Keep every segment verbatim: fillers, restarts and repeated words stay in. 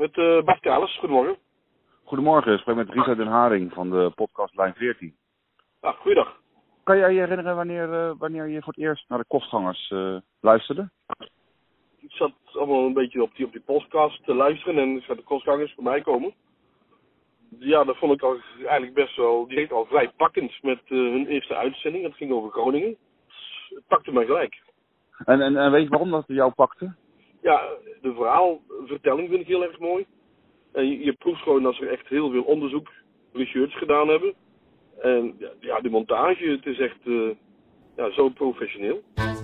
met uh, Bart Kalers. Goedemorgen. Goedemorgen, ik spreek met Richard Den Haring van de podcast Lijn veertien. Ah, goeiedag. Kan jij je herinneren wanneer, uh, wanneer je voor het eerst naar de Kostgangers uh, luisterde? Ik zat allemaal een beetje op die, op die podcast te luisteren en ik zat de Kostgangers voorbij komen. Ja, dat vond ik al, eigenlijk best wel direct al vrij pakkend met uh, hun eerste uitzending. Dat ging over Groningen. Het pakte mij gelijk. En, en, en weet je waarom dat jou pakte? Ja, de verhaalvertelling vind ik heel erg mooi. En je, je proeft gewoon dat ze echt heel veel onderzoek, research gedaan hebben. En ja, de montage, het is echt uh, ja, zo professioneel.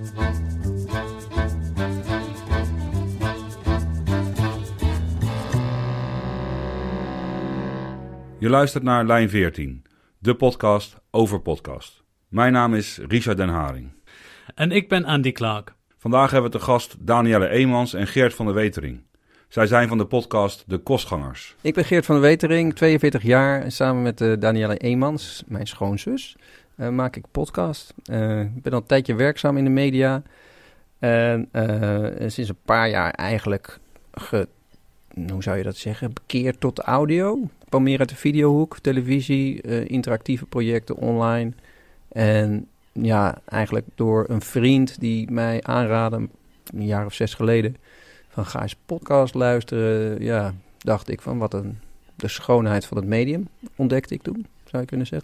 Je luistert naar Lijn veertien, de podcast over podcast. Mijn naam is Richard Den Haring. En ik ben Andy Clark. Vandaag hebben we te gast Danielle Eemans en Geert van der Wetering. Zij zijn van de podcast De Kostgangers. Ik ben Geert van der Wetering, tweeënveertig jaar. En samen met uh, Danielle Eemans, mijn schoonzus, uh, maak ik podcast. Uh, ik ben al een tijdje werkzaam in de media. En uh, sinds een paar jaar eigenlijk, ge, hoe zou je dat zeggen, bekeerd tot de audio. Ik kwam meer uit de videohoek, televisie, uh, interactieve projecten online. En ja, eigenlijk door een vriend die mij aanraadde, een jaar of zes geleden, van ga eens podcast luisteren. Ja, dacht ik van wat een de schoonheid van het medium ontdekte ik toen, zou je kunnen zeggen.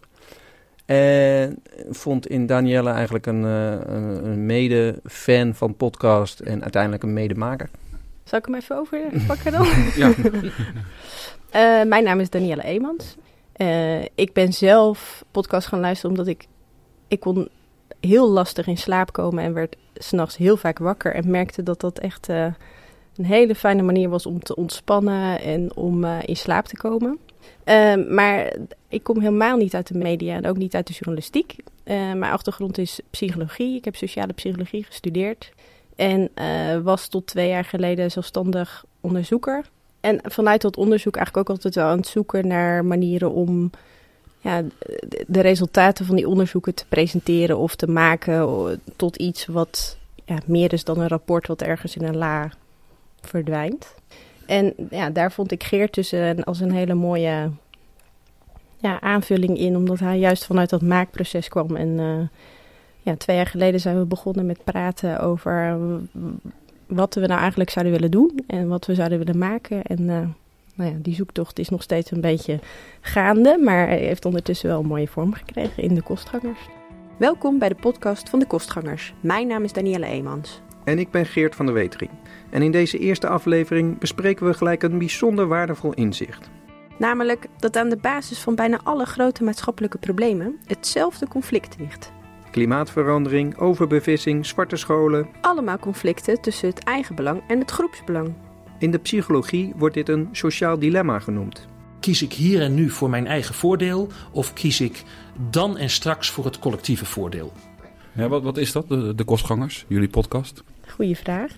En vond in Danielle eigenlijk een, een, een mede-fan van podcast en uiteindelijk een medemaker. Zal ik hem even overpakken dan? Ja. uh, mijn naam is Danielle Eemans. Uh, ik ben zelf podcast gaan luisteren omdat ik, ik kon heel lastig in slaap komen en werd 's nachts heel vaak wakker en merkte dat dat echt uh, een hele fijne manier was om te ontspannen en om uh, in slaap te komen. Uh, maar ik kom helemaal niet uit de media en ook niet uit de journalistiek. Uh, mijn achtergrond is psychologie. Ik heb sociale psychologie gestudeerd en uh, was tot twee jaar geleden zelfstandig onderzoeker. En vanuit dat onderzoek eigenlijk ook altijd wel aan het zoeken naar manieren om ja, de resultaten van die onderzoeken te presenteren of te maken tot iets wat ja, meer is dan een rapport wat ergens in een la verdwijnt. En ja, daar vond ik Geert dus een, als een hele mooie ja, aanvulling in, omdat hij juist vanuit dat maakproces kwam. En uh, ja, twee jaar geleden zijn we begonnen met praten over wat we nou eigenlijk zouden willen doen en wat we zouden willen maken. En uh, nou ja, die zoektocht is nog steeds een beetje gaande, maar heeft ondertussen wel een mooie vorm gekregen in de Kostgangers. Welkom bij de podcast van de Kostgangers. Mijn naam is Danielle Eemans. En ik ben Geert van der Wetering. En in deze eerste aflevering bespreken we gelijk een bijzonder waardevol inzicht. Namelijk dat aan de basis van bijna alle grote maatschappelijke problemen hetzelfde conflict ligt. Klimaatverandering, overbevissing, zwarte scholen. Allemaal conflicten tussen het eigenbelang en het groepsbelang. In de psychologie wordt dit een sociaal dilemma genoemd. Kies ik hier en nu voor mijn eigen voordeel of kies ik dan en straks voor het collectieve voordeel? Ja, wat, wat is dat, de, de Kostgangers, jullie podcast? Goeie vraag.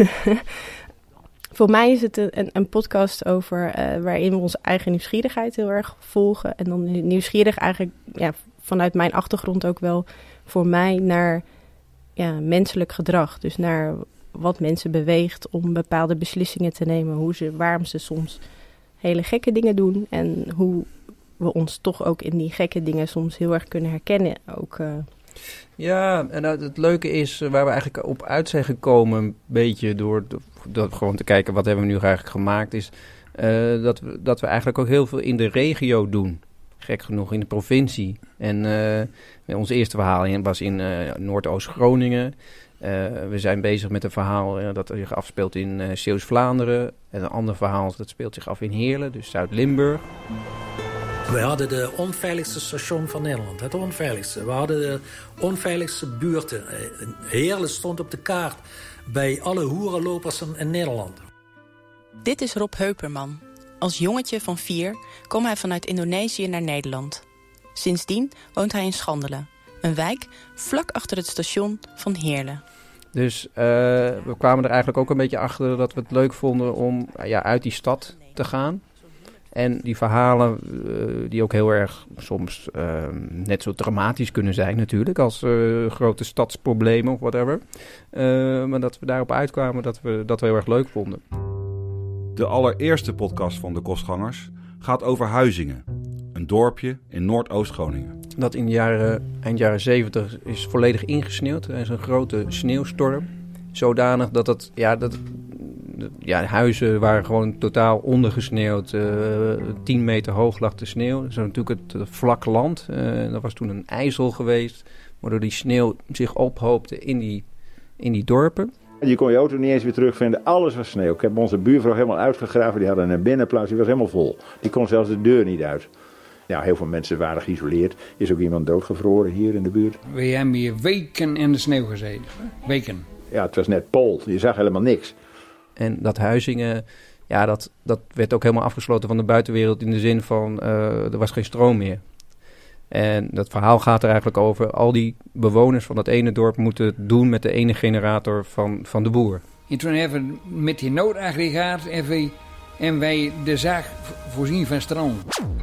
Voor mij is het een, een podcast over uh, waarin we onze eigen nieuwsgierigheid heel erg volgen. En dan nieuwsgierig eigenlijk ja, vanuit mijn achtergrond ook wel voor mij naar ja, menselijk gedrag. Dus naar wat mensen beweegt om bepaalde beslissingen te nemen. Hoe ze, waarom ze soms hele gekke dingen doen. En hoe we ons toch ook in die gekke dingen soms heel erg kunnen herkennen. Ook, uh... Ja, en het leuke is waar we eigenlijk op uit zijn gekomen, een beetje door de, door gewoon te kijken wat hebben we nu eigenlijk gemaakt, is uh, dat, we, dat we eigenlijk ook heel veel in de regio doen. Gek genoeg in de provincie. En uh, ons eerste verhaal was in uh, Noordoost-Groningen. Uh, we zijn bezig met een verhaal uh, dat zich afspeelt in uh, Zeeuws-Vlaanderen. En een ander verhaal dat speelt zich af in Heerlen, dus Zuid-Limburg. We hadden de onveiligste station van Nederland, het onveiligste. We hadden de onveiligste buurten. Heerlen stond op de kaart bij alle hoerenlopers in Nederland. Dit is Rob Heuperman. Als jongetje van vier kwam hij vanuit Indonesië naar Nederland. Sindsdien woont hij in Schandelen, een wijk vlak achter het station van Heerlen. Dus uh, we kwamen er eigenlijk ook een beetje achter dat we het leuk vonden om ja, uit die stad te gaan. En die verhalen uh, die ook heel erg soms uh, net zo dramatisch kunnen zijn natuurlijk als uh, grote stadsproblemen of whatever. Uh, maar dat we daarop uitkwamen dat we dat we heel erg leuk vonden. De allereerste podcast van de Kostgangers gaat over Huizingen, een dorpje in Noordoost-Groningen. Dat in de jaren, eind jaren zeventig is volledig ingesneeuwd. Er is een grote sneeuwstorm. Zodanig dat het, ja, dat, ja, huizen waren gewoon totaal ondergesneeuwd. Uh, tien meter hoog lag de sneeuw. Dat is natuurlijk het uh, vlak land. Uh, dat was toen een ijzel geweest, waardoor die sneeuw zich ophoopte in die, in die dorpen. Je kon je auto niet eens weer terugvinden. Alles was sneeuw. Ik heb onze buurvrouw helemaal uitgegraven. Die hadden een binnenplaats. Die was helemaal vol. Die kon zelfs de deur niet uit. Ja, heel veel mensen waren geïsoleerd. Is ook iemand doodgevroren hier in de buurt. We hebben hier weken in de sneeuw gezeten. Weken. Ja, het was net pool. Je zag helemaal niks. En dat Huizingen, ja, dat, dat werd ook helemaal afgesloten van de buitenwereld in de zin van, uh, er was geen stroom meer. En dat verhaal gaat er eigenlijk over, al die bewoners van dat ene dorp moeten het doen met de ene generator van, van de boer. En toen hebben we met die noodaggregaat en en wij de zaak voorzien van stroom.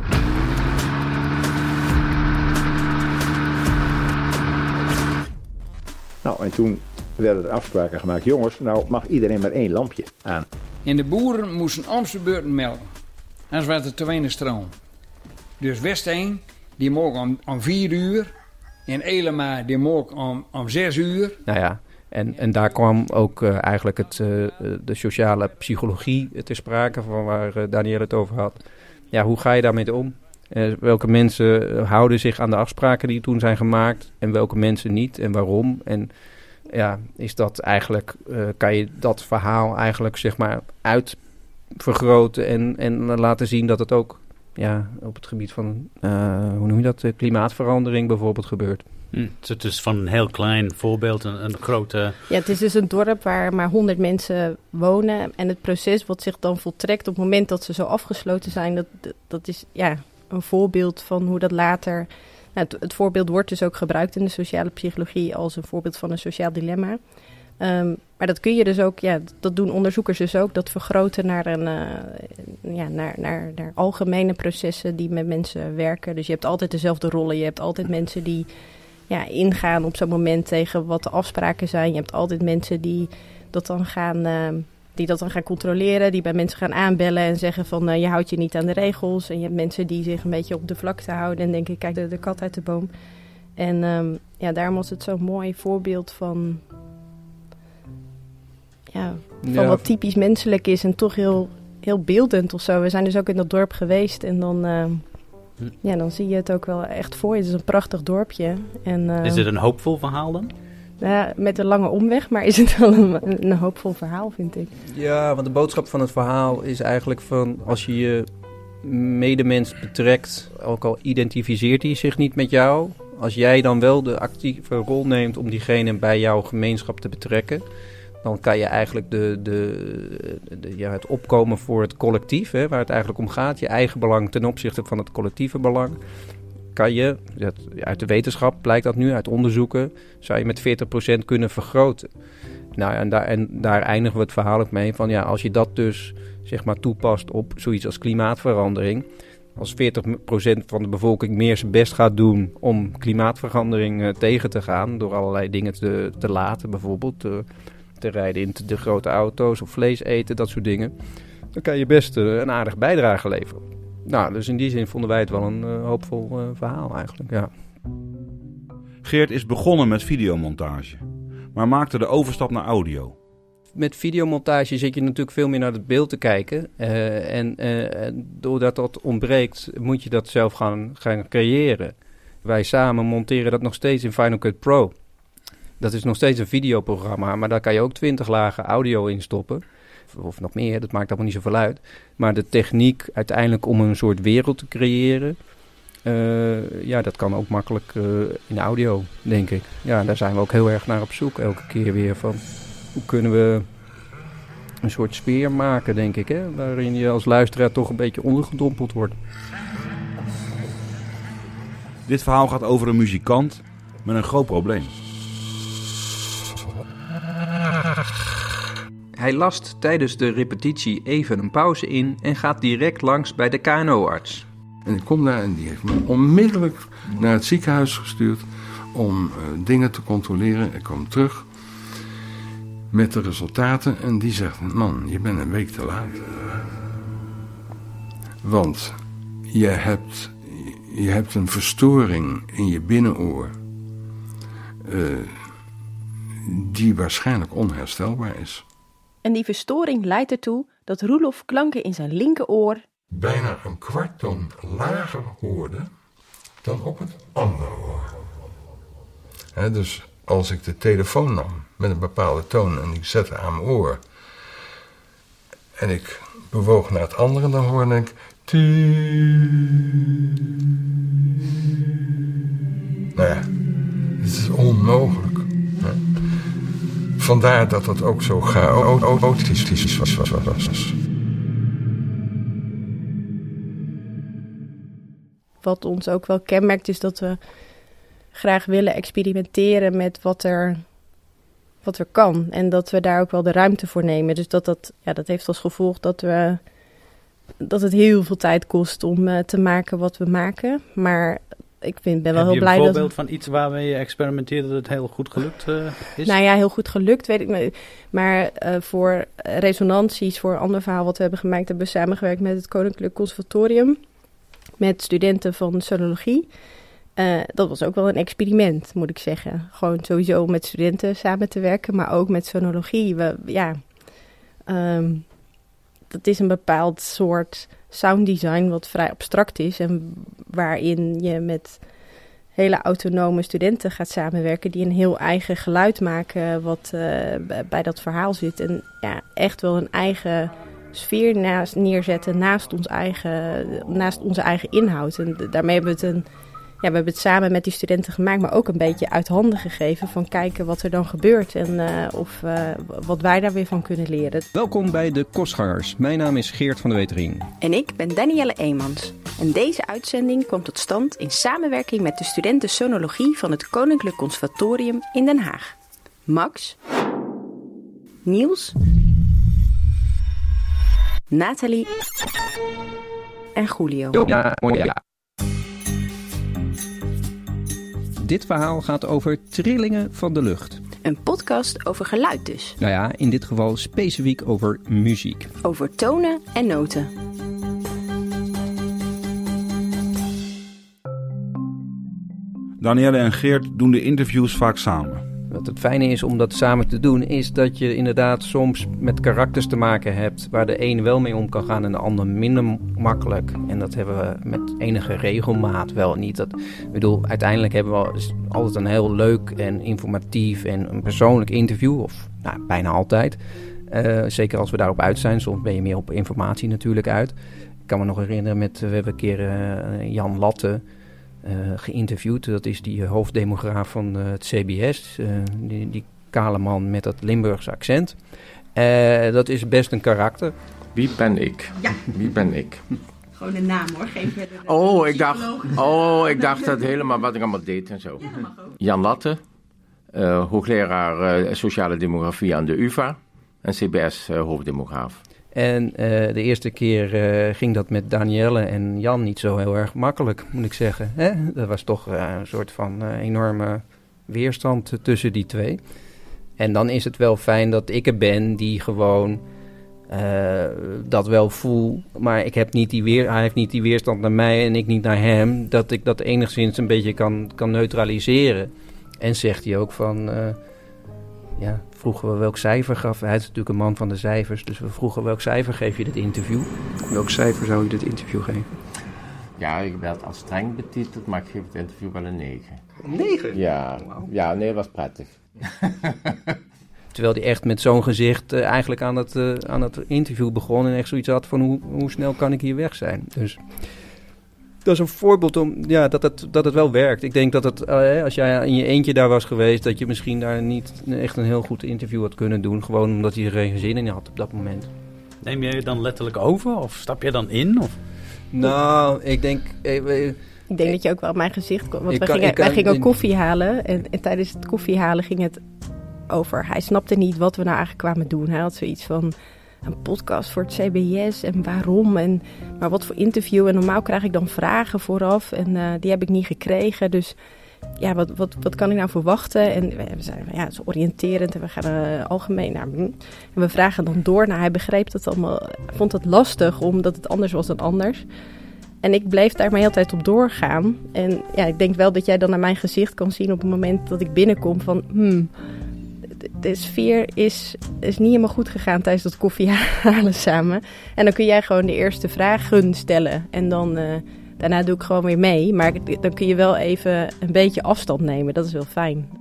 Nou, en toen werden er afspraken gemaakt. Jongens, nou mag iedereen maar één lampje aan. En de boeren moesten om zijn beurten melken. Anders was er te weinig stroom. Dus Westeen, die mocht om, om vier uur. En Elema, die mocht om, om zes uur. Nou ja, en, en daar kwam ook uh, eigenlijk het, uh, de sociale psychologie te sprake, van waar uh, Danielle het over had. Ja, hoe ga je daarmee om? Uh, welke mensen uh, houden zich aan de afspraken die toen zijn gemaakt en welke mensen niet en waarom? En ja, is dat eigenlijk, uh, kan je dat verhaal eigenlijk zeg maar uitvergroten en, en laten zien dat het ook ja, op het gebied van, uh, hoe noem je dat, klimaatverandering bijvoorbeeld gebeurt. Hm, het is van een heel klein voorbeeld, een, een grote... Ja, het is dus een dorp waar maar honderd mensen wonen. En het proces wat zich dan voltrekt op het moment dat ze zo afgesloten zijn, dat, dat is ja, een voorbeeld van hoe dat later... Nou, het, het voorbeeld wordt dus ook gebruikt in de sociale psychologie als een voorbeeld van een sociaal dilemma. Um, maar dat kun je dus ook, ja, dat doen onderzoekers dus ook, dat vergroten naar, een, uh, ja, naar, naar, naar algemene processen die met mensen werken. Dus je hebt altijd dezelfde rollen, je hebt altijd mensen die ja, ingaan op zo'n moment tegen wat de afspraken zijn. Je hebt altijd mensen die dat dan gaan, uh, die dat dan gaan controleren, die bij mensen gaan aanbellen en zeggen van uh, je houdt je niet aan de regels. En je hebt mensen die zich een beetje op de vlakte houden en denken kijk de, de kat uit de boom. En um, ja, daarom was het zo'n mooi voorbeeld van... Ja, van ja, wat typisch menselijk is en toch heel, heel beeldend of zo. We zijn dus ook in dat dorp geweest en dan, uh, hm. ja, dan zie je het ook wel echt voor je. Het is een prachtig dorpje. En, uh, is dit een hoopvol verhaal dan? Ja, met een lange omweg, maar is het wel een, een hoopvol verhaal, vind ik. Ja, want de boodschap van het verhaal is eigenlijk van als je je medemens betrekt, ook al identificeert hij zich niet met jou, als jij dan wel de actieve rol neemt om diegene bij jouw gemeenschap te betrekken, dan kan je eigenlijk de, de, de, ja, het opkomen voor het collectief, hè, waar het eigenlijk om gaat, je eigen belang ten opzichte van het collectieve belang, kan je, uit de wetenschap blijkt dat nu, uit onderzoeken, zou je met veertig procent kunnen vergroten. Nou, en daar, en daar eindigen we het verhaal ook mee van, ja, als je dat dus zeg maar toepast op zoiets als klimaatverandering, als veertig procent van de bevolking meer zijn best gaat doen om klimaatverandering uh, tegen te gaan, door allerlei dingen te, te laten, bijvoorbeeld uh, te rijden in de grote auto's of vlees eten, dat soort dingen, dan kan je best uh, een aardig bijdrage leveren. Nou, dus in die zin vonden wij het wel een uh, hoopvol uh, verhaal eigenlijk, ja. Geert is begonnen met videomontage, maar maakte de overstap naar audio. Met videomontage zit je natuurlijk veel meer naar het beeld te kijken. Uh, en uh, doordat dat ontbreekt, moet je dat zelf gaan, gaan creëren. Wij samen monteren dat nog steeds in Final Cut Pro. Dat is nog steeds een videoprogramma, maar daar kan je ook twintig lagen audio in stoppen. Of nog meer, dat maakt allemaal niet zoveel uit. Maar de techniek uiteindelijk om een soort wereld te creëren, uh, ja, dat kan ook makkelijk uh, in audio, denk ik. Ja, daar zijn we ook heel erg naar op zoek, elke keer weer van. Hoe kunnen we een soort sfeer maken, denk ik, hè? Waarin je als luisteraar toch een beetje ondergedompeld wordt. Dit verhaal gaat over een muzikant met een groot probleem. Hij last tijdens de repetitie even een pauze in en gaat direct langs bij de K N O-arts. En ik kom daar en die heeft me onmiddellijk naar het ziekenhuis gestuurd om uh, dingen te controleren. Ik kwam terug. met de resultaten en die zegt, man, je bent een week te laat. Want je hebt, je hebt een verstoring in je binnenoor uh, die waarschijnlijk onherstelbaar is. En die verstoring leidt ertoe dat Roelof klanken in zijn linkeroor bijna een kwarttoon lager hoorde dan op het andere oor. He, dus als ik de telefoon nam met een bepaalde toon en ik zette aan mijn oor en ik bewoog naar het andere, dan hoorde ik nou ja, het is onmogelijk. Hè? Vandaar dat het ook zo chaotisch was. was, was, was. Wat ons ook wel kenmerkt is dat we graag willen experimenteren met wat er, wat er kan. En dat we daar ook wel de ruimte voor nemen. Dus dat, dat, ja, dat heeft als gevolg dat, we, dat het heel veel tijd kost om uh, te maken wat we maken. Maar ik vind, ben wel Heb heel blij dat... Heb je een voorbeeld van iets waarmee je experimenteert dat het heel goed gelukt uh, is? Nou ja, heel goed gelukt, weet ik niet. Maar uh, voor resonanties, voor een ander verhaal wat we hebben gemaakt, hebben we samengewerkt met het Koninklijk Conservatorium. Met studenten van sonologie. Uh, dat was ook wel een experiment, moet ik zeggen. Gewoon sowieso met studenten samen te werken, maar ook met sonologie. We, ja, um, dat is een bepaald soort sounddesign wat vrij abstract is. En waarin je met hele autonome studenten gaat samenwerken die een heel eigen geluid maken wat uh, bij dat verhaal zit. En ja, echt wel een eigen sfeer naast, neerzetten naast, ons eigen, naast onze eigen inhoud. En daarmee hebben we het een... Ja, we hebben het samen met die studenten gemaakt, maar ook een beetje uit handen gegeven van kijken wat er dan gebeurt en uh, of uh, wat wij daar weer van kunnen leren. Welkom bij de Kostgangers. Mijn naam is Geert van de Wetering. En ik ben Danielle Eemans. En deze uitzending kwam tot stand in samenwerking met de studenten sonologie van het Koninklijk Conservatorium in Den Haag. Max, Niels, Nathalie en Julio. Ja, ja. Dit verhaal gaat over trillingen van de lucht. Een podcast over geluid dus. Nou ja, in dit geval specifiek over muziek. Over tonen en noten. Danielle en Geert doen de interviews vaak samen. Wat het fijne is om dat samen te doen, is dat je inderdaad soms met karakters te maken hebt waar de een wel mee om kan gaan en de ander minder makkelijk. En dat hebben we met enige regelmaat wel niet. Dat, ik bedoel, uiteindelijk hebben we altijd een heel leuk en informatief en een persoonlijk interview, of nou, bijna altijd. Uh, zeker als we daarop uit zijn. Soms ben je meer op informatie natuurlijk uit. Ik kan me nog herinneren, met, we hebben een keer uh, Jan Latte Uh, geïnterviewd. Dat is die uh, hoofddemograaf van uh, het C B S. Uh, die, die kale man met dat Limburgse accent. Uh, dat is best een karakter. Wie ben ik? Ja. Wie ben ik? Gewoon een naam hoor, geen verder. Oh, ik dacht, oh, ik dacht dat helemaal wat ik allemaal deed en zo. Ja, dat mag ook. Jan Latte, uh, hoogleraar uh, sociale demografie aan de U vA en C B S uh, hoofddemograaf. En uh, de eerste keer uh, ging dat met Danielle en Jan niet zo heel erg makkelijk, moet ik zeggen. Hè? Dat was toch uh, een soort van uh, enorme weerstand uh, tussen die twee. En dan is het wel fijn dat ik er ben die gewoon uh, dat wel voel. Maar ik heb niet die weer, hij heeft niet die weerstand naar mij en ik niet naar hem. Dat ik dat enigszins een beetje kan, kan neutraliseren. En zegt hij ook van... Uh, ja, vroegen we welk cijfer gaf. Hij is natuurlijk een man van de cijfers. Dus we vroegen welk cijfer geef je dit interview. Welk cijfer zou je dit interview geven? Ja, ik werd als streng betiteld, maar ik geef het interview wel een negen. Een negen? Ja, wow. Ja, nee, dat was prettig. Terwijl hij echt met zo'n gezicht uh, eigenlijk aan het, uh, aan het interview begon. En echt zoiets had van hoe, hoe snel kan ik hier weg zijn. Dus dat is een voorbeeld om, ja, dat, het, dat het wel werkt. Ik denk dat het, uh, als jij in je eentje daar was geweest, dat je misschien daar niet echt een heel goed interview had kunnen doen. Gewoon omdat hij er geen zin in had op dat moment. Neem je je dan letterlijk over of stap je dan in? Of? Nou, ik denk... Eh, Ik denk dat je ook wel op mijn gezicht komt. Want wij kan, gingen, kan, wij gingen ook in... koffie halen. En, en tijdens het koffie halen ging het over... Hij snapte niet wat we nou eigenlijk kwamen doen. Hij had zoiets van... Een podcast voor het C B S en waarom en maar wat voor interview. En normaal krijg ik dan vragen vooraf en uh, die heb ik niet gekregen. Dus ja, wat, wat, wat kan ik nou verwachten? En we zeiden, ja, het is oriënterend en we gaan uh, algemeen naar... En we vragen dan door. Nou, hij begreep dat allemaal, vond het lastig omdat het anders was dan anders. En ik bleef daar maar heel tijd op doorgaan. En ja, ik denk wel dat jij dan naar mijn gezicht kan zien op het moment dat ik binnenkom van... Hmm, de sfeer is, is niet helemaal goed gegaan tijdens dat koffie halen samen. En dan kun jij gewoon de eerste vragen stellen. En dan, uh, daarna doe ik gewoon weer mee. Maar dan kun je wel even een beetje afstand nemen. Dat is wel fijn.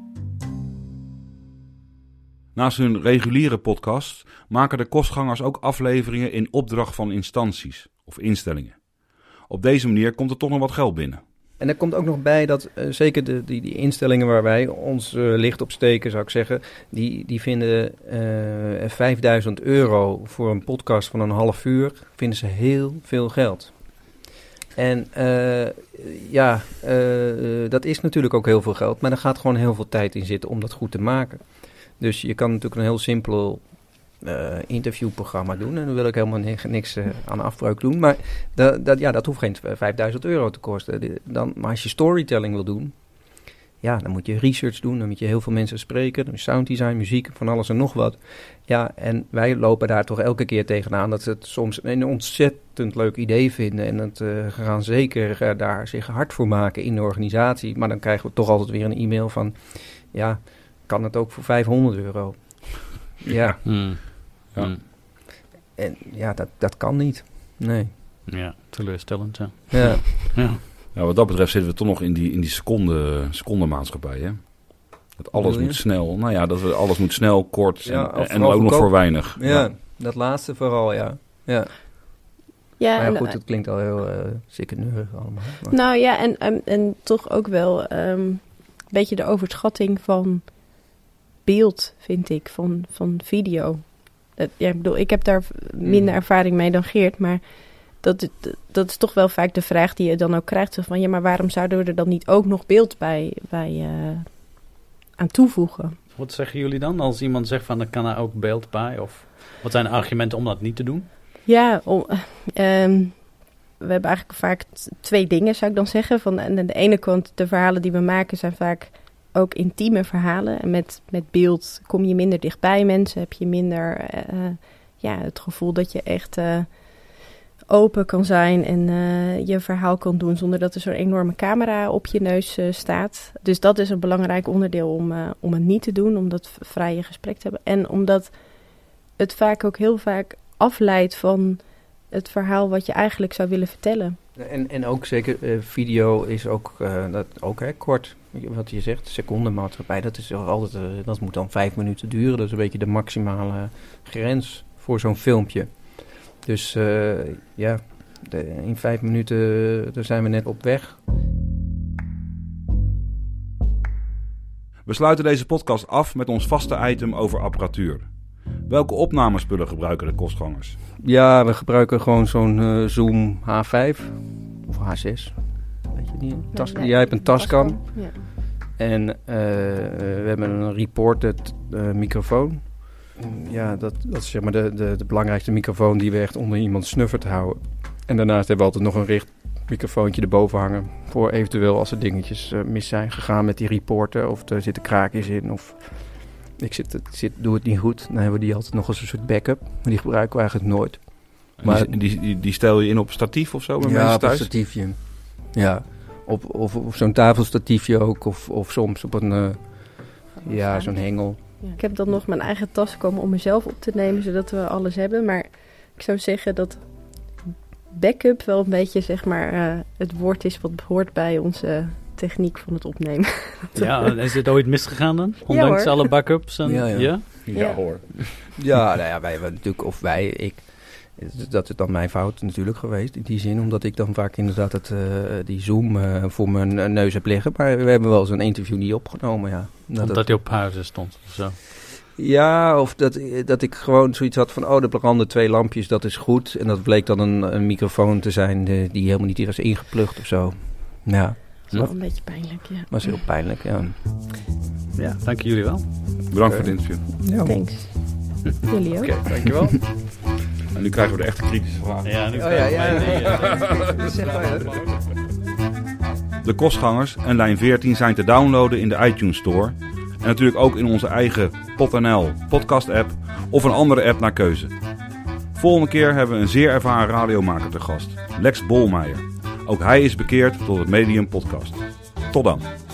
Naast hun reguliere podcast maken de kostgangers ook afleveringen in opdracht van instanties of instellingen. Op deze manier komt er toch nog wat geld binnen. En er komt ook nog bij dat uh, zeker de, die, die instellingen waar wij ons uh, licht op steken, zou ik zeggen, die, die vinden uh, vijfduizend euro voor een podcast van een half uur, vinden ze heel veel geld. En uh, ja, uh, dat is natuurlijk ook heel veel geld, maar er gaat gewoon heel veel tijd in zitten om dat goed te maken. Dus je kan natuurlijk een heel simpel uh, interviewprogramma doen. En dan wil ik helemaal niks, niks uh, aan afbreuk doen. Maar dat, dat, ja, dat hoeft geen vijfduizend euro te kosten. Dan, maar als je storytelling wil doen, ja, dan moet je research doen. Dan moet je heel veel mensen spreken. Dan sounddesign, muziek, van alles en nog wat. Ja, en wij lopen daar toch elke keer tegenaan dat ze het soms een ontzettend leuk idee vinden. En het uh, gaan zeker uh, daar zich hard voor maken in de organisatie. Maar dan krijgen we toch altijd weer een e-mail van, ja, kan het ook voor vijfhonderd euro? Ja. Hmm. ja. Hmm. En ja, dat, dat kan niet. Nee. Ja, teleurstellend, ja. Ja. ja. Ja, wat dat betreft zitten we toch nog in die, in die seconde, secondemaatschappij, hè? Dat alles moet snel. Nou ja, dat we, alles moet snel, kort ja, en, en ook nog voor weinig. Ja, ja, dat laatste vooral, ja. Ja. Ja, maar ja, goed, het klinkt al heel uh, ziekeneurig allemaal. Maar. Nou ja, en, en, en toch ook wel um, een beetje de overschatting van beeld, vind ik, van, van video. Uh, ja, ik bedoel, ik heb daar minder ervaring mee dan Geert, maar dat, dat is toch wel vaak de vraag die je dan ook krijgt. Zo van, ja, maar waarom zouden we er dan niet ook nog beeld bij, bij uh, aan toevoegen? Wat zeggen jullie dan als iemand zegt van, er kan er ook beeld bij? Of wat zijn de argumenten om dat niet te doen? Ja, om, uh, um, we hebben eigenlijk vaak t- twee dingen, zou ik dan zeggen. Van, aan de ene kant, de verhalen die we maken zijn vaak ook intieme verhalen. En met, met beeld kom je minder dichtbij mensen. Heb je minder uh, ja, het gevoel dat je echt uh, open kan zijn en uh, je verhaal kan doen zonder dat er zo'n enorme camera op je neus uh, staat. Dus dat is een belangrijk onderdeel om, uh, om het niet te doen, om dat v- vrije gesprek te hebben. En omdat het vaak ook heel vaak afleidt van het verhaal wat je eigenlijk zou willen vertellen. En, en ook zeker, uh, video is ook, uh, dat, ook hè, kort. Wat je zegt, secondemaatschappij, dat, is altijd, uh, dat moet dan vijf minuten duren. Dat is een beetje de maximale grens voor zo'n filmpje. Dus uh, ja, de, in vijf minuten uh, daar zijn we net op weg. We sluiten deze podcast af met ons vaste item over apparatuur. Welke opnamespullen gebruiken de kostgangers? Ja, we gebruiken gewoon zo'n uh, Zoom H vijf of H zes. Weet je niet? Tas, nee, jij hebt een Tascam. Ja. En uh, we hebben een reported uh, microfoon. Ja, dat, dat is zeg maar de, de, de belangrijkste microfoon die we echt onder iemand snuffert houden. En daarnaast hebben we altijd nog een richtmicrofoontje erboven hangen. Voor eventueel als er dingetjes uh, mis zijn gegaan met die reporter. Of er zitten kraakjes in. Of ik zit, zit, doe het niet goed. Dan hebben we die altijd nog als een soort backup. Maar die gebruiken we eigenlijk nooit. Maar die, die, die, die stel je in op statief of zo? Bij ja, op thuis? een statiefje. Ja, op, of op zo'n tafelstatiefje ook. Of, of soms op een, uh, ja, zo'n hengel. Ja. Ik heb dan nog mijn eigen tas komen om mezelf op te nemen, zodat we alles hebben. Maar ik zou zeggen dat backup wel een beetje, zeg maar, uh, het woord is wat hoort bij onze techniek van het opnemen. Ja, is dit ooit misgegaan dan? Ondanks ja, alle backups? En, ja, ja. Ja? Ja, ja hoor. Ja, nou ja, wij hebben natuurlijk, of wij, ik, dat is dan mijn fout natuurlijk geweest in die zin, omdat ik dan vaak inderdaad het, uh, die Zoom uh, voor mijn neus heb liggen. Maar we hebben wel eens een interview niet opgenomen, ja. Dat Omdat hij op pauze stond of zo? Ja, of dat, dat ik gewoon zoiets had van, oh, er branden twee lampjes, dat is goed. En dat bleek dan een, een microfoon te zijn die, die helemaal niet was ingeplucht of zo. Ja. Dat is wel een beetje pijnlijk, ja. Was heel pijnlijk, ja. Ja, dank jullie wel. Bedankt voor het interview. Ja. Thanks. Jullie ook. Oké, okay, dankjewel. En nu krijgen we de echte kritische vragen. Ja, nu oh, ja, ja, ja. ja. Zeg maar, De Kostgangers en Lijn veertien zijn te downloaden in de iTunes Store. En natuurlijk ook in onze eigen PodNL podcast app of een andere app naar keuze. Volgende keer hebben we een zeer ervaren radiomaker te gast, Lex Bolmeijer. Ook hij is bekeerd tot het Medium podcast. Tot dan.